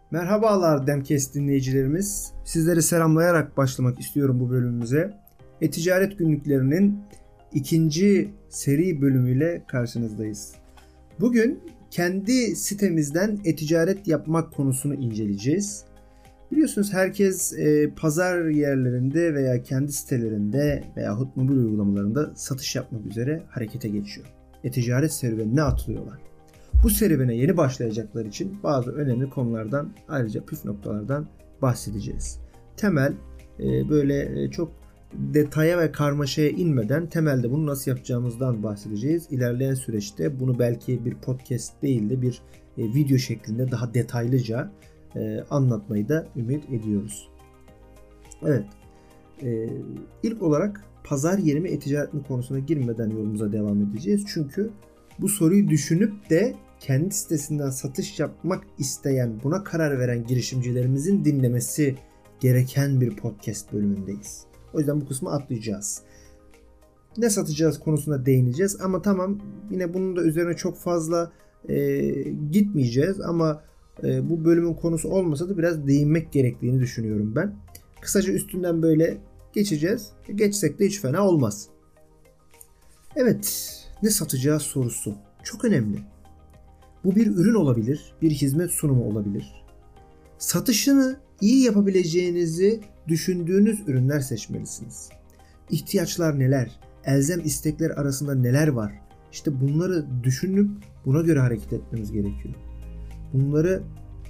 Merhabalar Demcast dinleyicilerimiz. Sizleri selamlayarak başlamak istiyorum bu bölümümüze. E-Ticaret Günlüklerinin ikinci seri bölümüyle karşınızdayız. Bugün kendi sitemizden e-ticaret yapmak konusunu inceleyeceğiz. Biliyorsunuz herkes pazar yerlerinde veya kendi sitelerinde veya mobil uygulamalarında satış yapmak üzere harekete geçiyor. E-ticaret serüvenine atılıyorlar. Bu serüvene yeni başlayacaklar için bazı önemli konulardan, ayrıca püf noktalardan bahsedeceğiz. Temel, böyle çok detaya ve karmaşaya inmeden temelde bunu nasıl yapacağımızdan bahsedeceğiz. İlerleyen süreçte bunu belki bir podcast değil de bir video şeklinde daha detaylıca anlatmayı da ümit ediyoruz. Evet, ilk olarak pazar yeri mi e-ticaret mi konusuna girmeden yolumuza devam edeceğiz. Çünkü bu soruyu düşünüp de kendi sitesinden satış yapmak isteyen, buna karar veren girişimcilerimizin dinlemesi gereken bir podcast bölümündeyiz. O yüzden bu kısmı atlayacağız. Ne satacağız konusuna değineceğiz ama tamam, yine bunun da üzerine çok fazla gitmeyeceğiz ama bu bölümün konusu olmasa da biraz değinmek gerektiğini düşünüyorum ben. Kısaca üstünden böyle geçeceğiz. Geçsek de hiç fena olmaz. Evet, ne satacağız sorusu çok önemli. Bu bir ürün olabilir, bir hizmet sunumu olabilir. Satışını iyi yapabileceğinizi düşündüğünüz ürünler seçmelisiniz. İhtiyaçlar neler? Elzem istekler arasında neler var? İşte bunları düşünüp buna göre hareket etmemiz gerekiyor. Bunları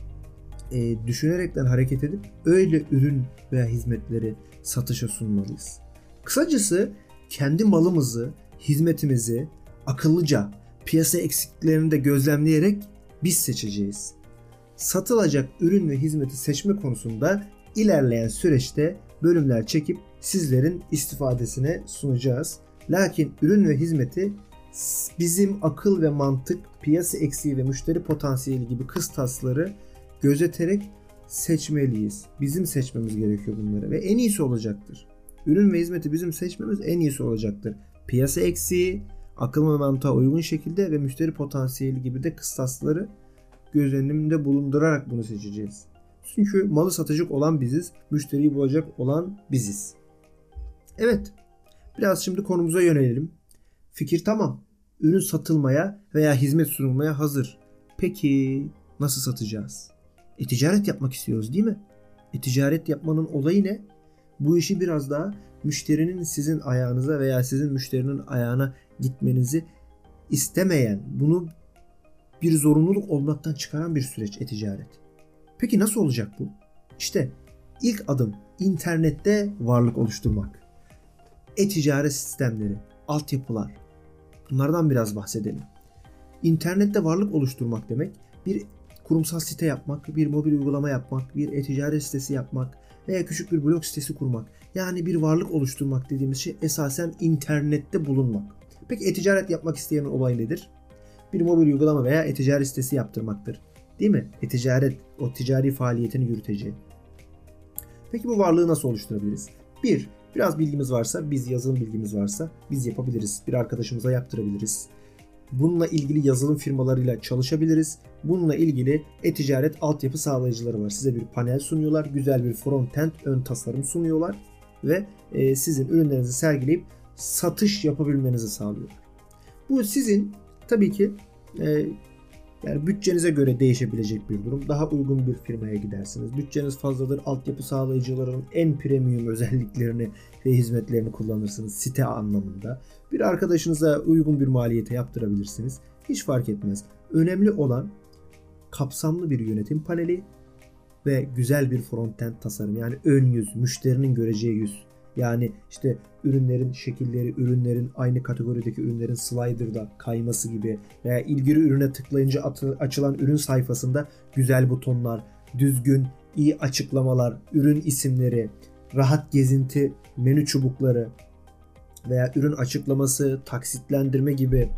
düşünerekten hareket edip öyle ürün veya hizmetleri satışa sunmalıyız. Kısacası kendi malımızı, hizmetimizi akıllıca, piyasa eksikliklerini de gözlemleyerek biz seçeceğiz. Satılacak ürün ve hizmeti seçme konusunda ilerleyen süreçte bölümler çekip sizlerin istifadesine sunacağız. Lakin ürün ve hizmeti bizim akıl ve mantık, piyasa eksiği ve müşteri potansiyeli gibi kıstasları gözeterek seçmeliyiz. Bizim seçmemiz gerekiyor bunları ve en iyisi olacaktır. Ürün ve hizmeti bizim seçmemiz en iyisi olacaktır. Piyasa eksiği, akıl ve mantığa uygun şekilde ve müşteri potansiyeli gibi de kıstasları göz önünde bulundurarak bunu seçeceğiz. Çünkü malı satacak olan biziz, müşteriyi bulacak olan biziz. Evet, biraz şimdi konumuza yönelelim. Fikir tamam. Ürün satılmaya veya hizmet sunulmaya hazır. Peki nasıl satacağız? E-ticaret yapmak istiyoruz değil mi? E-ticaret yapmanın olayı ne? Bu işi biraz daha müşterinin sizin ayağınıza veya sizin müşterinin ayağına gitmenizi istemeyen, bunu bir zorunluluk olmaktan çıkaran bir süreç e-ticaret. Peki nasıl olacak bu? İşte ilk adım internette varlık oluşturmak. E-ticaret sistemleri, altyapılar. Bunlardan biraz bahsedelim. İnternette varlık oluşturmak demek bir kurumsal site yapmak, bir mobil uygulama yapmak, bir e-ticaret sitesi yapmak veya küçük bir blog sitesi kurmak. Yani bir varlık oluşturmak dediğimiz şey esasen internette bulunmak. Peki e-ticaret yapmak isteyenin olay nedir? Bir mobil uygulama veya e-ticaret sitesi yaptırmaktır. Değil mi? E-ticaret o ticari faaliyetini yürüteceği. Peki bu varlığı nasıl oluşturabiliriz? Biraz bilgimiz varsa, yazılım bilgimiz varsa biz yapabiliriz. Bir arkadaşımıza yaptırabiliriz. Bununla ilgili yazılım firmalarıyla çalışabiliriz. Bununla ilgili e-ticaret altyapı sağlayıcıları var. Size bir panel sunuyorlar. Güzel bir front-end ön tasarım sunuyorlar. Ve sizin ürünlerinizi sergileyip satış yapabilmenizi sağlıyorlar. Bu sizin tabii ki yani bütçenize göre değişebilecek bir durum. Daha uygun bir firmaya gidersiniz. Bütçeniz fazladır. Altyapı sağlayıcılarının en premium özelliklerini ve hizmetlerini kullanırsınız site anlamında. Bir arkadaşınıza uygun bir maliyete yaptırabilirsiniz. Hiç fark etmez. Önemli olan kapsamlı bir yönetim paneli ve güzel bir frontend tasarım. Yani ön yüz, müşterinin göreceği yüz. Yani işte ürünlerin şekilleri, ürünlerin aynı kategorideki ürünlerin slider'da kayması gibi veya ilgili ürüne tıklayınca açılan ürün sayfasında güzel butonlar, düzgün, iyi açıklamalar, ürün isimleri, rahat gezinti, menü çubukları veya ürün açıklaması, taksitlendirme gibi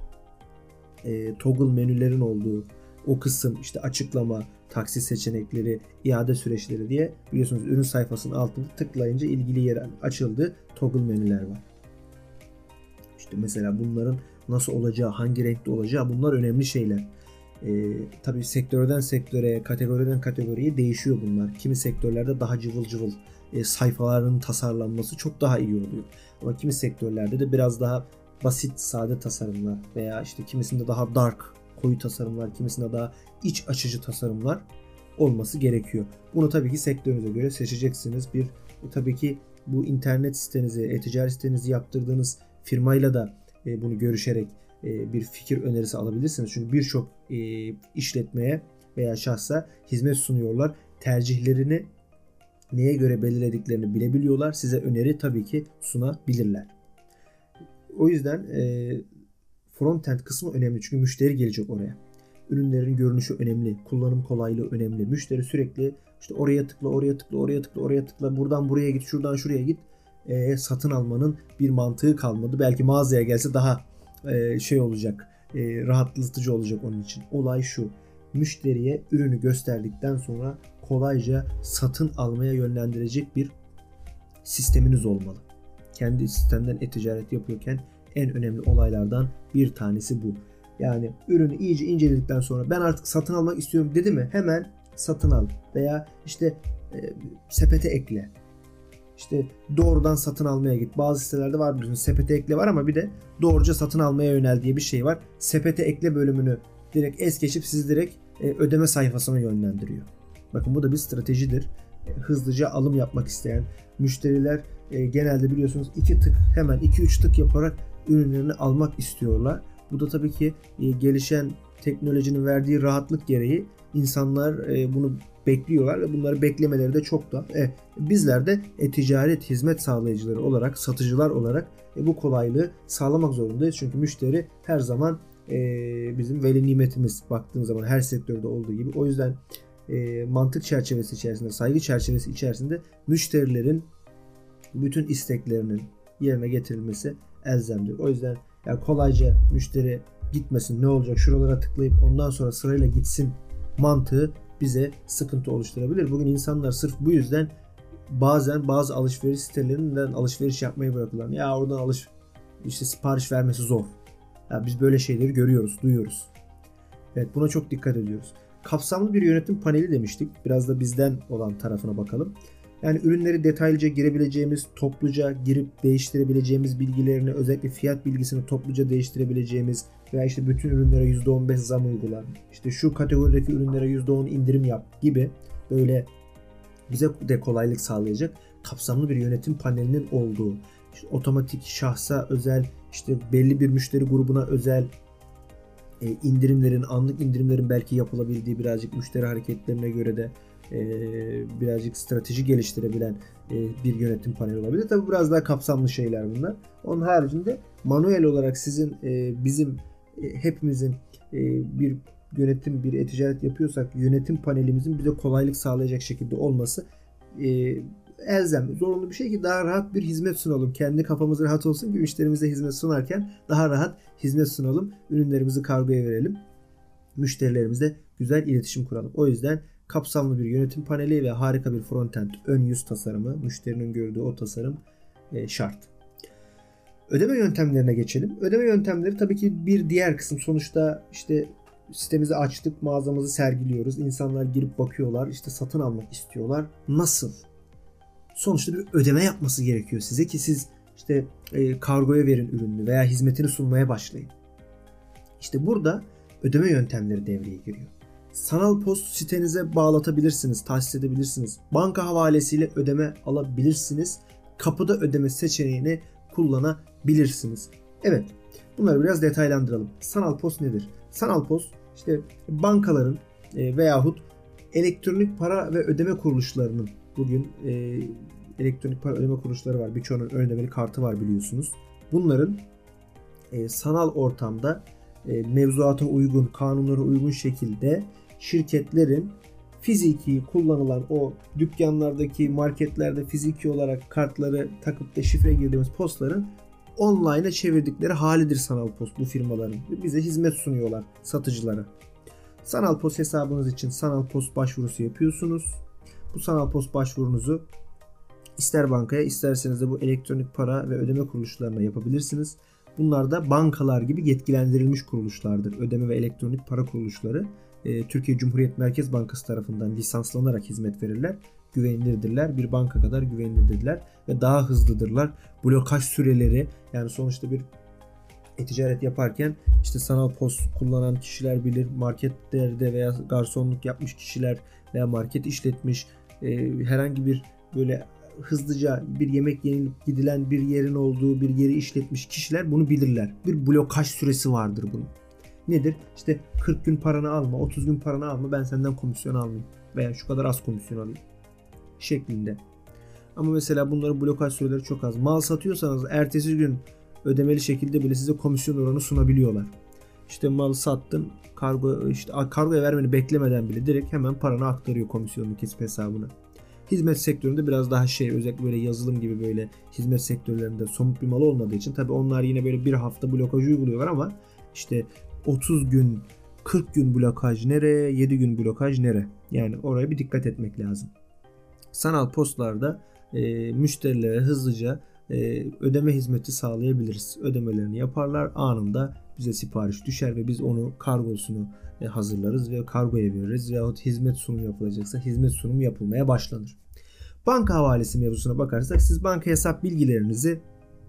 toggle menülerin olduğu o kısım, işte açıklama, taksit seçenekleri, iade süreçleri diye biliyorsunuz ürün sayfasının altında tıklayınca ilgili yer açıldı. Toggle menüler var. İşte mesela bunların nasıl olacağı, hangi renkte olacağı bunlar önemli şeyler. Tabii sektörden sektöre, kategoriden kategoriye değişiyor bunlar. Kimi sektörlerde daha cıvıl cıvıl sayfaların tasarlanması çok daha iyi oluyor. Ama kimi sektörlerde de biraz daha basit, sade tasarımlar veya işte kimisinde daha dark, koyu tasarımlar, kimisinde daha iç açıcı tasarımlar olması gerekiyor. Bunu tabii ki sektörünüze göre seçeceksiniz. Tabii ki bu internet sitenizi, e-ticaret sitenizi yaptırdığınız firmayla da bunu görüşerek bir fikir önerisi alabilirsiniz. Çünkü birçok işletmeye veya şahsa hizmet sunuyorlar. Tercihlerini neye göre belirlediklerini bilebiliyorlar. Size öneri tabii ki sunabilirler. O yüzden frontend kısmı önemli. Çünkü müşteri gelecek oraya. Ürünlerin görünüşü önemli. Kullanım kolaylığı önemli. Müşteri sürekli işte oraya tıkla, oraya tıkla, oraya tıkla, oraya tıkla. Buradan buraya git, şuradan şuraya git. Satın almanın bir mantığı kalmadı. Belki mağazaya gelse daha olacak. Rahatlatıcı olacak onun için. Olay şu. Müşteriye ürünü gösterdikten sonra kolayca satın almaya yönlendirecek bir sisteminiz olmalı. Kendi sistemden e-ticaret yapıyorken en önemli olaylardan bir tanesi bu. Yani ürünü iyice inceledikten sonra ben artık satın almak istiyorum dedi mi hemen satın al veya işte sepete ekle. İşte doğrudan satın almaya git. Bazı sitelerde var biliyorsunuz sepete ekle var ama bir de doğruca satın almaya yönel diye bir şey var. Sepete ekle bölümünü direkt es geçip sizi direkt ödeme sayfasına yönlendiriyor. Bakın bu da bir stratejidir. Hızlıca alım yapmak isteyen müşteriler genelde biliyorsunuz 2 tık hemen 2-3 tık yaparak ürünlerini almak istiyorlar. Bu da tabii ki gelişen teknolojinin verdiği rahatlık gereği insanlar bunu bekliyorlar ve bunları beklemeleri de çok da. Bizler de ticaret hizmet sağlayıcıları olarak, satıcılar olarak bu kolaylığı sağlamak zorundayız. Çünkü müşteri her zaman bizim veli nimetimiz baktığınız zaman her sektörde olduğu gibi. O yüzden mantık çerçevesi içerisinde, saygı çerçevesi içerisinde müşterilerin bütün isteklerinin yerine getirilmesi elzemdir. O yüzden yani kolayca müşteri gitmesin, ne olacak şuralara tıklayıp ondan sonra sırayla gitsin mantığı bize sıkıntı oluşturabilir. Bugün insanlar sırf bu yüzden bazen bazı alışveriş sitelerinden alışveriş yapmayı bırakırlar. Ya oradan işte sipariş vermesi zor. Ya biz böyle şeyleri görüyoruz, duyuyoruz. Evet, buna çok dikkat ediyoruz. Kapsamlı bir yönetim paneli demiştik. Biraz da bizden olan tarafına bakalım. Yani ürünleri detaylıca girebileceğimiz, topluca girip değiştirebileceğimiz bilgilerini, özellikle fiyat bilgisini topluca değiştirebileceğimiz veya işte bütün ürünlere %15 zam uygula, işte şu kategorideki ürünlere %10 indirim yap gibi böyle bize de kolaylık sağlayacak kapsamlı bir yönetim panelinin olduğu, işte otomatik şahsa özel, işte belli bir müşteri grubuna özel indirimlerin, anlık indirimlerin belki yapılabildiği, birazcık müşteri hareketlerine göre de birazcık strateji geliştirebilen bir yönetim paneli olabilir. Tabi biraz daha kapsamlı şeyler bunlar. Onun haricinde manuel olarak sizin, bizim, hepimizin bir yönetim, bir e-ticaret yapıyorsak yönetim panelimizin bize kolaylık sağlayacak şekilde olması elzem, zorunlu bir şey ki daha rahat bir hizmet sunalım. Kendi kafamız rahat olsun ki müşterimize hizmet sunarken daha rahat hizmet sunalım. Ürünlerimizi kargoya verelim. Müşterilerimizle güzel iletişim kuralım. O yüzden kapsamlı bir yönetim paneli ve harika bir frontend ön yüz tasarımı, müşterinin gördüğü o tasarım şart. Ödeme yöntemlerine geçelim. Ödeme yöntemleri tabii ki bir diğer kısım. Sonuçta işte sitemizi açtık, mağazamızı sergiliyoruz. İnsanlar girip bakıyorlar, işte satın almak istiyorlar. Nasıl? Sonuçta bir ödeme yapması gerekiyor size ki siz işte kargoya verin ürününü veya hizmetini sunmaya başlayın. İşte burada ödeme yöntemleri devreye giriyor. Sanal post sitenize bağlatabilirsiniz, tahsis edebilirsiniz. Banka havalesiyle ödeme alabilirsiniz. Kapıda ödeme seçeneğini kullanabilirsiniz. Evet, bunları biraz detaylandıralım. Sanal post nedir? Sanal post işte bankaların veyahut elektronik para ve ödeme kuruluşlarının, bugün elektronik para ödeme kuruluşları var. Birçoğunun ön ödemeli kartı var biliyorsunuz. Bunların sanal ortamda mevzuata uygun, kanunlara uygun şekilde şirketlerin fiziki kullanılan o dükkanlardaki, marketlerde fiziki olarak kartları takıp da şifre girdiğimiz postların online'a çevirdikleri halidir sanal post bu firmaların. Bize hizmet sunuyorlar satıcılara. Sanal post hesabınız için sanal post başvurusu yapıyorsunuz. Bu sanal post başvurunuzu ister bankaya, isterseniz de bu elektronik para ve ödeme kuruluşlarına yapabilirsiniz. Bunlar da bankalar gibi yetkilendirilmiş kuruluşlardır. Ödeme ve elektronik para kuruluşları Türkiye Cumhuriyet Merkez Bankası tarafından lisanslanarak hizmet verirler. Güvenilirdirler. Bir banka kadar güvenilirdirler ve daha hızlıdırlar. Blokaj süreleri, yani sonuçta bir ticaret yaparken işte sanal POS kullanan kişiler bilir, marketlerde veya garsonluk yapmış kişiler veya market işletmiş, herhangi bir böyle hızlıca bir yemek yenilip gidilen bir yerin olduğu bir yeri işletmiş kişiler bunu bilirler. Bir blokaj süresi vardır bunun. Nedir? İşte 40 gün paranı alma, 30 gün paranı alma, ben senden komisyon almayayım veya şu kadar az komisyon alayım şeklinde. Ama mesela bunların blokaj süreleri çok az. Mal satıyorsanız ertesi gün ödemeli şekilde bile size komisyon oranı sunabiliyorlar. İşte malı sattın, kargoya vermeni beklemeden bile direkt hemen paranı aktarıyor komisyonunu kesip hesabına. Hizmet sektöründe biraz daha özellikle böyle yazılım gibi böyle hizmet sektörlerinde somut bir mal olmadığı için tabii onlar yine böyle bir hafta blokaj uyguluyorlar ama işte 30 gün 40 gün blokaj nere, 7 gün blokaj nere? Yani oraya bir dikkat etmek lazım. Sanal postlarda müşterilere hızlıca ödeme hizmeti sağlayabiliriz. Ödemelerini yaparlar, anında bize sipariş düşer ve biz onu kargosunu hazırlarız ve kargoya veririz veyahut hizmet sunumu yapılacaksa hizmet sunumu yapılmaya başlanır. Banka havalesi mevzusuna bakarsak siz banka hesap bilgilerinizi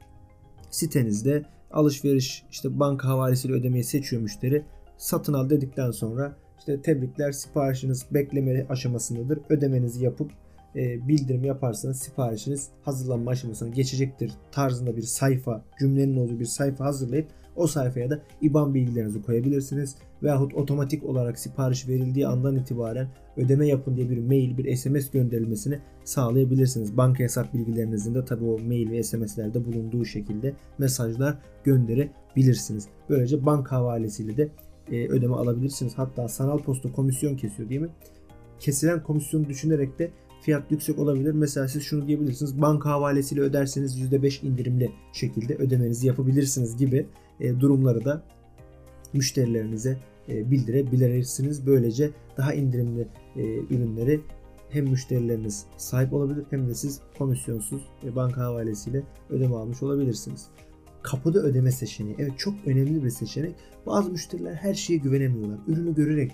sitenizde alışveriş işte banka havalesiyle ödemeyi seçiyor müşteri. Satın al dedikten sonra işte tebrikler, siparişiniz bekleme aşamasındadır. Ödemenizi yapıp bildirim yaparsanız siparişiniz hazırlanma aşamasına geçecektir tarzında bir sayfa, cümlenin olduğu bir sayfa hazırlayıp o sayfaya da IBAN bilgilerinizi koyabilirsiniz. Veyahut otomatik olarak sipariş verildiği andan itibaren ödeme yapın diye bir mail, bir SMS gönderilmesini sağlayabilirsiniz. Banka hesap bilgilerinizin de tabii o mail ve SMS'lerde bulunduğu şekilde mesajlar gönderebilirsiniz. Böylece banka havalesiyle de ödeme alabilirsiniz. Hatta sanal posta komisyon kesiyor değil mi? Kesilen komisyonu düşünerek de fiyat yüksek olabilir. Mesela siz şunu diyebilirsiniz. Banka havalesiyle öderseniz %5 indirimli şekilde ödemenizi yapabilirsiniz gibi durumları da müşterilerinize bildirebilirsiniz. Böylece daha indirimli ürünleri hem müşterileriniz sahip olabilir hem de siz komisyonsuz banka havalesiyle ödeme almış olabilirsiniz. Kapıda ödeme seçeneği. Evet, çok önemli bir seçenek. Bazı müşteriler her şeye güvenemiyorlar. Ürünü görerek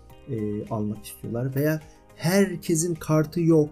almak istiyorlar veya herkesin kartı yok.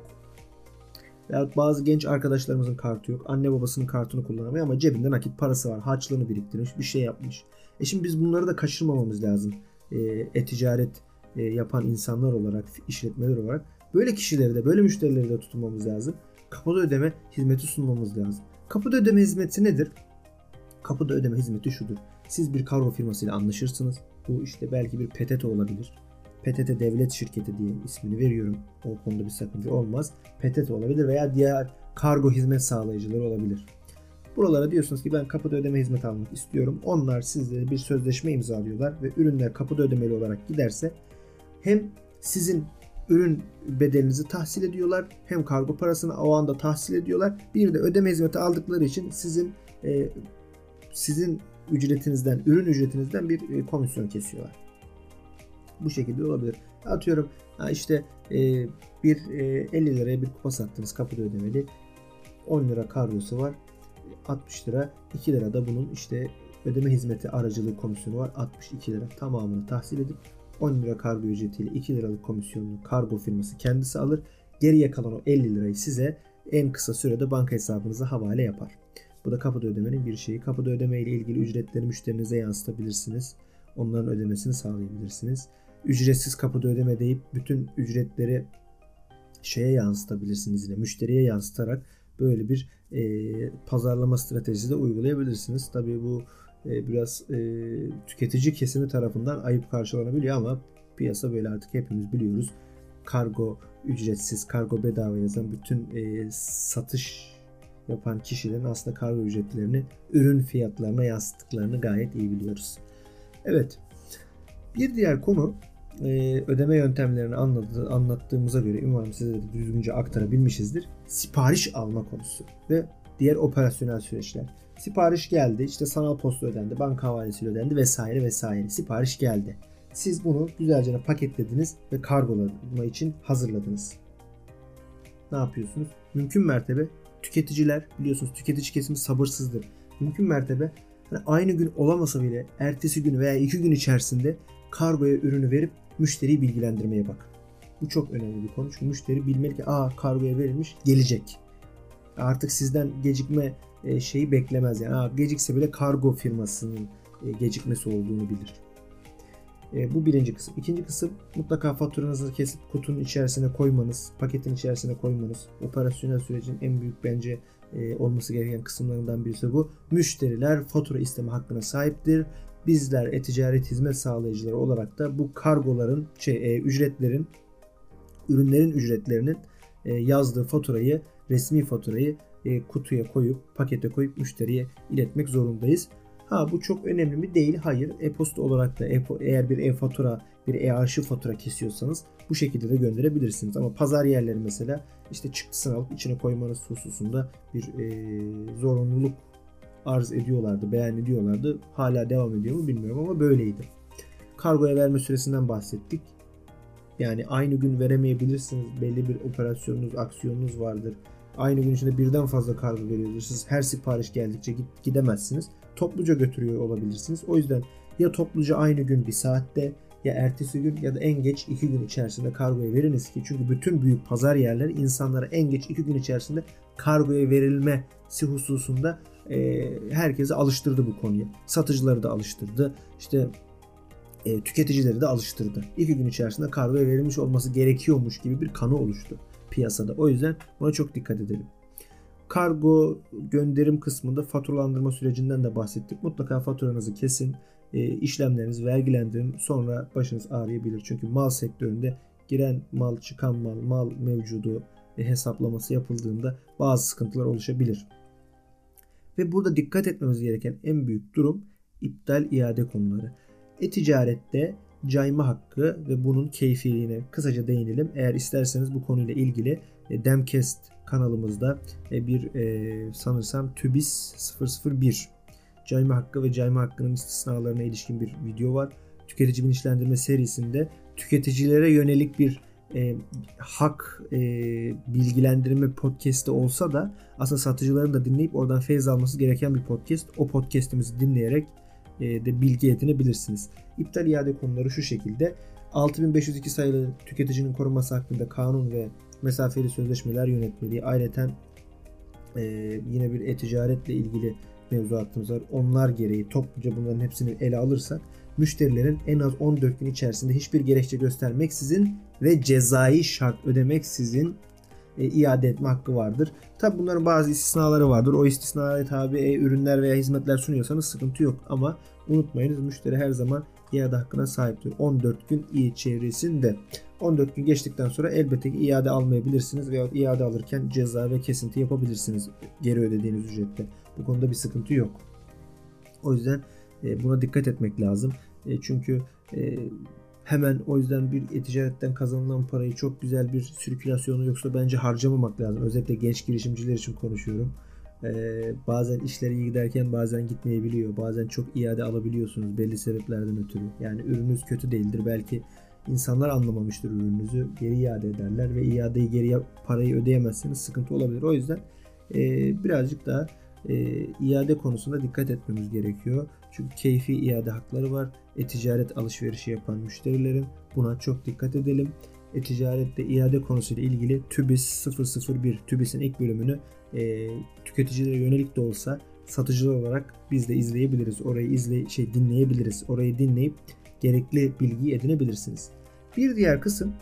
Veya bazı genç arkadaşlarımızın kartı yok. Anne babasının kartını kullanamıyor ama cebinde nakit parası var. Harçlığını biriktirmiş, bir şey yapmış. Şimdi biz bunları da kaçırmamamız lazım. E-ticaret yapan insanlar olarak, işletmeler olarak böyle kişileri de, böyle müşterileri de tutmamız lazım. Kapıda ödeme hizmeti sunmamız lazım. Kapıda ödeme hizmeti nedir? Kapıda ödeme hizmeti şudur. Siz bir kargo firmasıyla anlaşırsınız. Bu işte belki bir PTT olabilir. PTT devlet şirketi diye ismini veriyorum. O konuda bir sakınca olmaz. PTT olabilir veya diğer kargo hizmet sağlayıcıları olabilir. Buralara diyorsunuz ki ben kapıda ödeme hizmeti almak istiyorum. Onlar sizle bir sözleşme imzalıyorlar ve ürünler kapıda ödemeli olarak giderse hem sizin ürün bedelinizi tahsil ediyorlar hem kargo parasını o anda tahsil ediyorlar. Bir de ödeme hizmeti aldıkları için sizin ücretinizden, ürün ücretinizden bir komisyon kesiyorlar. Bu şekilde olabilir. Atıyorum işte bir 50 liraya bir kupa sattınız kapıda ödemeli. 10 lira kargosu var. 60 lira. 2 lira da bunun işte ödeme hizmeti aracılığı komisyonu var. 62 lira. Tamamını tahsil edip 10 lira kargo ücretiyle 2 liralık komisyonunu kargo firması kendisi alır. Geriye kalan o 50 lirayı size en kısa sürede banka hesabınıza havale yapar. Bu da kapıda ödemenin bir şeyi. Kapıda ödeme ile ilgili ücretleri müşterinize yansıtabilirsiniz. Onların ödemesini sağlayabilirsiniz. Ücretsiz kapıda ödeme deyip bütün ücretleri yansıtabilirsiniz yine. Müşteriye yansıtarak böyle bir pazarlama stratejisi de uygulayabilirsiniz. Tabii bu biraz tüketici kesimi tarafından ayıp karşılanabiliyor ama piyasa böyle, artık hepimiz biliyoruz. Kargo ücretsiz, kargo bedava yazan bütün satış yapan kişilerin aslında kargo ücretlerini ürün fiyatlarına yansıttıklarını gayet iyi biliyoruz. Evet. Bir diğer konu ödeme yöntemlerini anlattığımıza göre umarım size de düzgünce aktarabilmişizdir. Sipariş alma konusu ve diğer operasyonel süreçler. Sipariş geldi, işte sanal posta ödendi, banka havalesiyle ödendi vesaire vesaire. Sipariş geldi. Siz bunu güzelce paketlediniz ve kargolama için hazırladınız. Ne yapıyorsunuz? Mümkün mertebe tüketiciler, biliyorsunuz tüketici kesimi sabırsızdır. Mümkün mertebe Yani aynı gün olamasa bile ertesi gün veya 2 gün içerisinde kargoya ürünü verip müşteriyi bilgilendirmeye bakın. Bu çok önemli bir konu. Çünkü müşteri bilmeli ki kargoya verilmiş, gelecek. Artık sizden gecikme şeyi beklemez. Yani gecikse bile kargo firmasının gecikmesi olduğunu bilir. Bu birinci kısım. İkinci kısım, mutlaka faturanızı kesip kutunun içerisine koymanız, paketin içerisine koymanız. Operasyonel sürecin en büyük bence olması gereken kısımlarından birisi bu. Müşteriler fatura isteme hakkına sahiptir. Bizler e-ticaret hizmet sağlayıcıları olarak da bu kargoların, ücretlerin, ürünlerin ücretlerinin yazdığı faturayı, resmi faturayı kutuya koyup, pakete koyup müşteriye iletmek zorundayız. Bu çok önemli mi? Değil. Hayır. E-posta olarak da eğer bir e-fatura, bir e-arşiv fatura kesiyorsanız bu şekilde de gönderebilirsiniz. Ama pazar yerleri mesela işte çıktısını alıp içine koymanız hususunda bir zorunluluk arz ediyorlardı, beyan ediyorlardı. Hala devam ediyor mu bilmiyorum ama böyleydi. Kargoya verme süresinden bahsettik. Yani aynı gün veremeyebilirsiniz. Belli bir operasyonunuz, aksiyonunuz vardır. Aynı gün içinde birden fazla kargo veriyordur. Siz her sipariş geldikçe gidemezsiniz. Topluca götürüyor olabilirsiniz. O yüzden ya topluca aynı gün bir saatte, ya ertesi gün ya da en geç 2 gün içerisinde kargoya veriniz ki, çünkü bütün büyük pazar yerleri insanlara en geç 2 gün içerisinde kargoya verilmesi hususunda herkese alıştırdı bu konuya. Satıcıları da alıştırdı. İşte tüketicileri de alıştırdı. 2 gün içerisinde kargoya verilmiş olması gerekiyormuş gibi bir kanı oluştu piyasada. O yüzden buna çok dikkat edelim. Kargo gönderim kısmında faturalandırma sürecinden de bahsettik. Mutlaka faturanızı kesin, işlemlerinizi vergilendirin. Sonra başınız ağrıyabilir. Çünkü mal sektöründe giren mal, çıkan mal mevcudu hesaplaması yapıldığında bazı sıkıntılar oluşabilir. Ve burada dikkat etmemiz gereken en büyük durum iptal, iade konuları. E-ticarette cayma hakkı ve bunun keyfiliğine kısaca değinelim. Eğer isterseniz bu konuyla ilgili Demcast kanalımızda bir sanırsam TÜBİS 001 cayma hakkı ve cayma hakkının istisnalarına ilişkin bir video var. Tüketici bilinçlendirme serisinde tüketicilere yönelik bir hak bilgilendirme podcast'i olsa da aslında satıcıların da dinleyip oradan feyz alması gereken bir podcast. O podcast'imizi dinleyerek de bilgi edinebilirsiniz. İptal, iade konuları şu şekilde. 6502 sayılı tüketicinin korunması hakkında kanun ve mesafeli sözleşmeler yönetmeliği, ayrıca yine bir e-ticaretle ilgili mevzuatımız var. Onlar gereği topluca bunların hepsini ele alırsak müşterilerin en az 14 gün içerisinde hiçbir gerekçe göstermeksizin ve cezai şart ödemeksizin iade etme hakkı vardır. Tabi bunların bazı istisnaları vardır. O istisnalara tabi ürünler veya hizmetler sunuyorsanız sıkıntı yok. Ama unutmayınız, müşteri her zaman iade hakkına sahiptir. 14 gün içerisinde. 14 gün geçtikten sonra elbette ki iade almayabilirsiniz veya iade alırken ceza ve kesinti yapabilirsiniz geri ödediğiniz ücrette. Bu konuda bir sıkıntı yok. O yüzden buna dikkat etmek lazım. Çünkü hemen o yüzden bir e-ticaretten kazanılan parayı çok güzel bir sirkülasyonu yoksa bence harcamamak lazım. Özellikle genç girişimciler için konuşuyorum. Bazen işleri iyi giderken bazen gitmeyebiliyor. Bazen çok iade alabiliyorsunuz belli sebeplerden ötürü. Yani ürününüz kötü değildir. Belki insanlar anlamamıştır ürününüzü. Geri iade ederler ve iadeyi geriye parayı ödeyemezseniz sıkıntı olabilir. O yüzden birazcık daha iade konusunda dikkat etmemiz gerekiyor. Çünkü keyfi iade hakları var. E-ticaret alışverişi yapan müşterilerin, buna çok dikkat edelim. E-ticarette iade konusuyla ilgili TÜBİS 001, TÜBİS'in ilk bölümünü tüketicilere yönelik de olsa satıcılar olarak biz de izleyebiliriz. Orayı dinleyebiliriz. Orayı dinleyip gerekli bilgiyi edinebilirsiniz. Bir diğer kısım,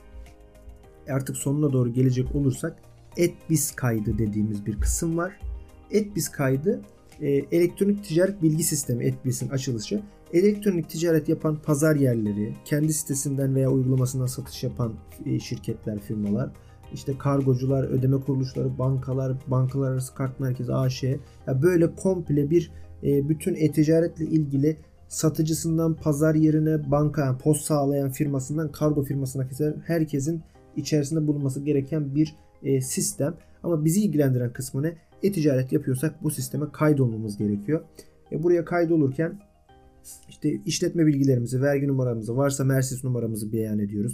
artık sonuna doğru gelecek olursak, ETBİS kaydı dediğimiz bir kısım var. ETBİS kaydı elektronik ticaret bilgi sistemi, ETBİS'in açılışı. Elektronik ticaret yapan pazar yerleri, kendi sitesinden veya uygulamasından satış yapan şirketler, firmalar, işte kargocular, ödeme kuruluşları, bankalar arası kart merkezi AŞ, böyle komple bir bütün e-ticaretle ilgili satıcısından pazar yerine, banka, post sağlayan firmasından kargo firmasına kadar herkesin içerisinde bulunması gereken bir sistem. Ama bizi ilgilendiren kısmı ne? E-ticaret yapıyorsak bu sisteme kaydolmamız gerekiyor. Buraya kaydolurken işte işletme bilgilerimizi, vergi numaramızı, varsa Mersis numaramızı beyan ediyoruz.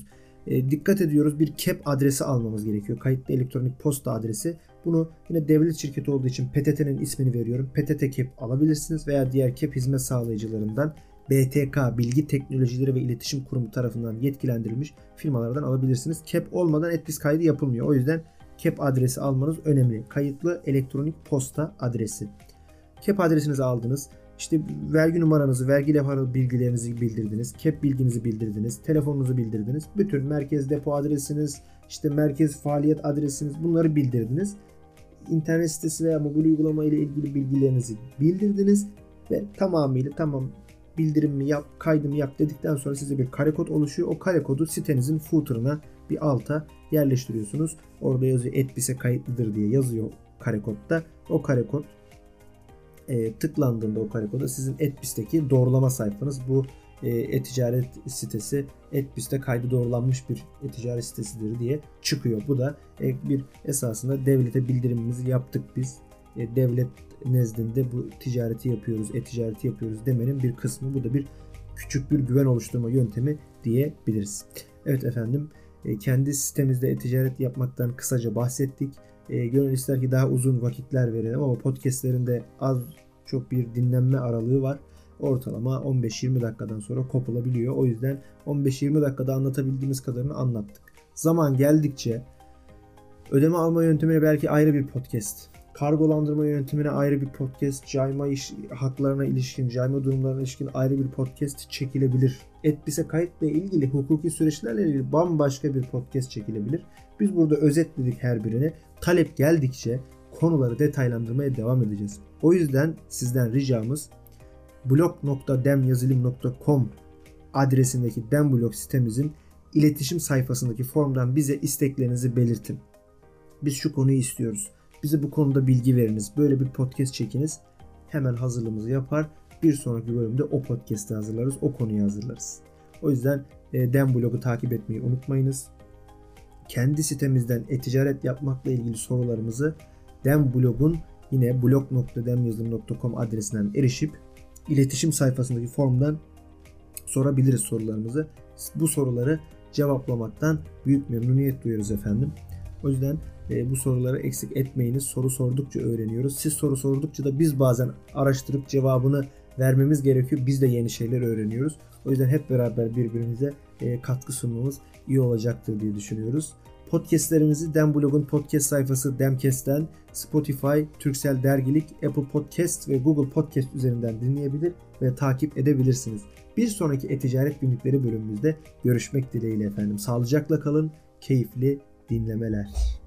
Dikkat ediyoruz, bir KEP adresi almamız gerekiyor. Kayıtlı elektronik posta adresi. Bunu yine devlet şirketi olduğu için PTT'nin ismini veriyorum. PTT KEP alabilirsiniz veya diğer KEP hizmet sağlayıcılarından BTK Bilgi Teknolojileri ve İletişim Kurumu tarafından yetkilendirilmiş firmalardan alabilirsiniz. KEP olmadan etbis kaydı yapılmıyor. O yüzden KEP adresi almanız önemli. Kayıtlı elektronik posta adresi. KEP adresinizi aldınız. İşte vergi numaranızı, vergi levhalı bilgilerinizi bildirdiniz. KEP bilginizi bildirdiniz. Telefonunuzu bildirdiniz. Bütün merkez depo adresiniz, işte merkez faaliyet adresiniz, bunları bildirdiniz. İnternet sitesi veya mobil uygulama ile ilgili bilgilerinizi bildirdiniz. Ve tamamıyla tamam, bildirimimi yap, kaydımı yap dedikten sonra size bir kare kod oluşuyor. O kare kodu sitenizin footer'ına, bir alta yerleştiriyorsunuz. Orada yazıyor etbis'e kayıtlıdır diye yazıyor kare kodda. O kare kod tıklandığında o kare koda sizin etbis'teki doğrulama sayfanız. Bu e-ticaret sitesi etbis'te kaydı doğrulanmış bir e-ticaret sitesidir diye çıkıyor. Bu da bir esasında devlete bildirimimizi yaptık biz. Devlet nezdinde bu ticareti yapıyoruz, e-ticareti yapıyoruz demenin bir kısmı. Bu da bir küçük bir güven oluşturma yöntemi diyebiliriz. Evet efendim, kendi sitemizde e-ticaret yapmaktan kısaca bahsettik. Gönül ister ki daha uzun vakitler verelim ama podcastlerinde az çok bir dinlenme aralığı var. Ortalama 15-20 dakikadan sonra kopulabiliyor. O yüzden 15-20 dakikada anlatabildiğimiz kadarını anlattık. Zaman geldikçe ödeme alma yöntemine belki ayrı bir podcast, kargolandırma yöntemine ayrı bir podcast, cayma haklarına ilişkin, cayma durumlarına ilişkin ayrı bir podcast çekilebilir. etbis'e kayıtla ilgili hukuki süreçlerle ilgili bambaşka bir podcast çekilebilir. Biz burada özetledik her birini. Talep geldikçe konuları detaylandırmaya devam edeceğiz. O yüzden sizden ricamız blog.demyazılım.com adresindeki Demblog sitemizin iletişim sayfasındaki formdan bize isteklerinizi belirtin. Biz şu konuyu istiyoruz. Bize bu konuda bilgi veriniz. Böyle bir podcast çekiniz. Hemen hazırlığımızı yapar. Bir sonraki bölümde o podcast'ı hazırlarız. O konuyu hazırlarız. O yüzden Demblog'u takip etmeyi unutmayınız. Kendi sitemizden e-ticaret yapmakla ilgili sorularımızı Demblog'un yine blog.demyazılım.com adresinden erişip iletişim sayfasındaki formdan sorabiliriz sorularımızı. Bu soruları cevaplamaktan büyük memnuniyet duyuyoruz efendim. O yüzden bu soruları eksik etmeyiniz. Soru sordukça öğreniyoruz. Siz soru sordukça da biz bazen araştırıp cevabını vermemiz gerekiyor. Biz de yeni şeyler öğreniyoruz. O yüzden hep beraber birbirimize katkı sunmamız iyi olacaktır diye düşünüyoruz. Podcastlerimizi Demblog'un podcast sayfası Demcast'ten, Spotify, Turkcell Dergilik, Apple Podcast ve Google Podcast üzerinden dinleyebilir ve takip edebilirsiniz. Bir sonraki e-ticaret günlükleri bölümümüzde görüşmek dileğiyle efendim. Sağlıcakla kalın, keyifli dinlemeler.